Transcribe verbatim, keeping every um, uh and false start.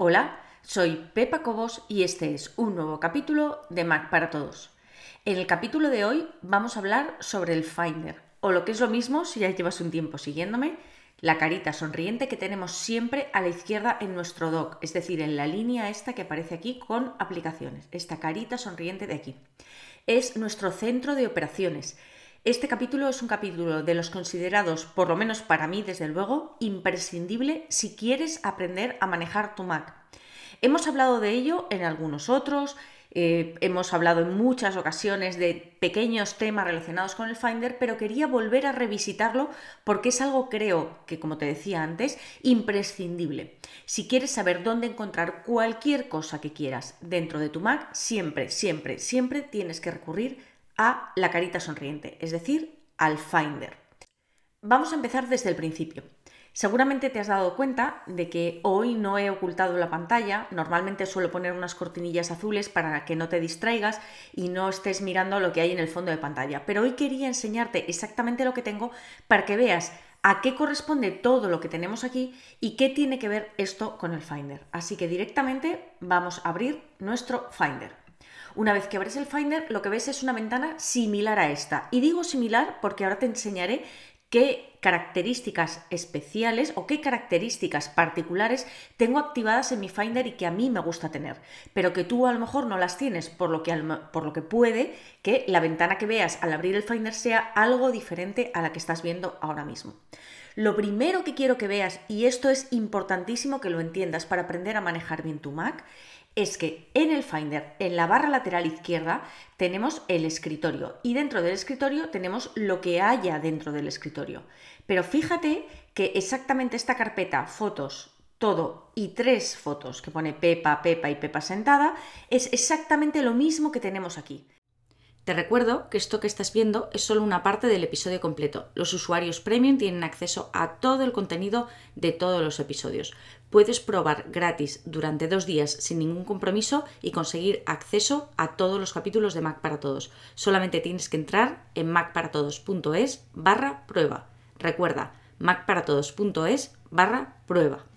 Hola, soy Pepa Cobos y este es un nuevo capítulo de Mac para Todos. En el capítulo de hoy vamos a hablar sobre el Finder, o lo que es lo mismo si ya llevas un tiempo siguiéndome, la carita sonriente que tenemos siempre a la izquierda en nuestro dock, es decir, en la línea esta que aparece aquí con aplicaciones, esta carita sonriente de aquí. Es nuestro centro de operaciones. Este capítulo es un capítulo de los considerados, por lo menos para mí desde luego, imprescindible si quieres aprender a manejar tu Mac. Hemos hablado de ello en algunos otros, eh, hemos hablado en muchas ocasiones de pequeños temas relacionados con el Finder, pero quería volver a revisitarlo porque es algo, creo, que como te decía antes, imprescindible. Si quieres saber dónde encontrar cualquier cosa que quieras dentro de tu Mac, siempre, siempre, siempre tienes que recurrir a la carita sonriente, es decir, al Finder. Vamos a empezar desde el principio. Seguramente te has dado cuenta de que hoy no he ocultado la pantalla. Normalmente suelo poner unas cortinillas azules para que no te distraigas y no estés mirando lo que hay en el fondo de pantalla. Pero hoy quería enseñarte exactamente lo que tengo para que veas a qué corresponde todo lo que tenemos aquí y qué tiene que ver esto con el Finder. Así que directamente vamos a abrir nuestro Finder. Una vez que abres el Finder, lo que ves es una ventana similar a esta. Y digo similar porque ahora te enseñaré qué características especiales o qué características particulares tengo activadas en mi Finder y que a mí me gusta tener, pero que tú a lo mejor no las tienes, por lo que, por lo que puede que la ventana que veas al abrir el Finder sea algo diferente a la que estás viendo ahora mismo. Lo primero que quiero que veas, y esto es importantísimo que lo entiendas para aprender a manejar bien tu Mac, es que en el Finder, en la barra lateral izquierda, tenemos el escritorio y dentro del escritorio tenemos lo que haya dentro del escritorio. Pero fíjate que exactamente esta carpeta, fotos, todo y tres fotos que pone Pepa, Pepa y Pepa sentada, es exactamente lo mismo que tenemos aquí. Te recuerdo que esto que estás viendo es solo una parte del episodio completo. Los usuarios premium tienen acceso a todo el contenido de todos los episodios. Puedes probar gratis durante dos días sin ningún compromiso y conseguir acceso a todos los capítulos de Mac para Todos. Solamente tienes que entrar en macparatodos.es barra prueba. Recuerda, macparatodos.es barra prueba.